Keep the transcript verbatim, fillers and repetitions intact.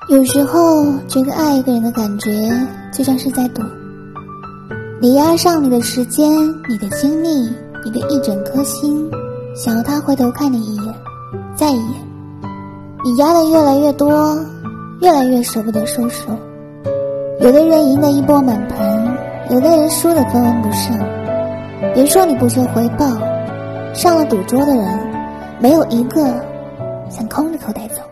有时候觉得爱一个人的感觉就像是在赌，你押上你的时间、你的精力、你的一整颗心，想要他回头看你一眼再一眼，你压得越来越多，越来越舍不得收手。有的人赢得一波满盘，有的人输得分文不剩。别说你不求回报，上了赌桌的人没有一个想空着口袋走。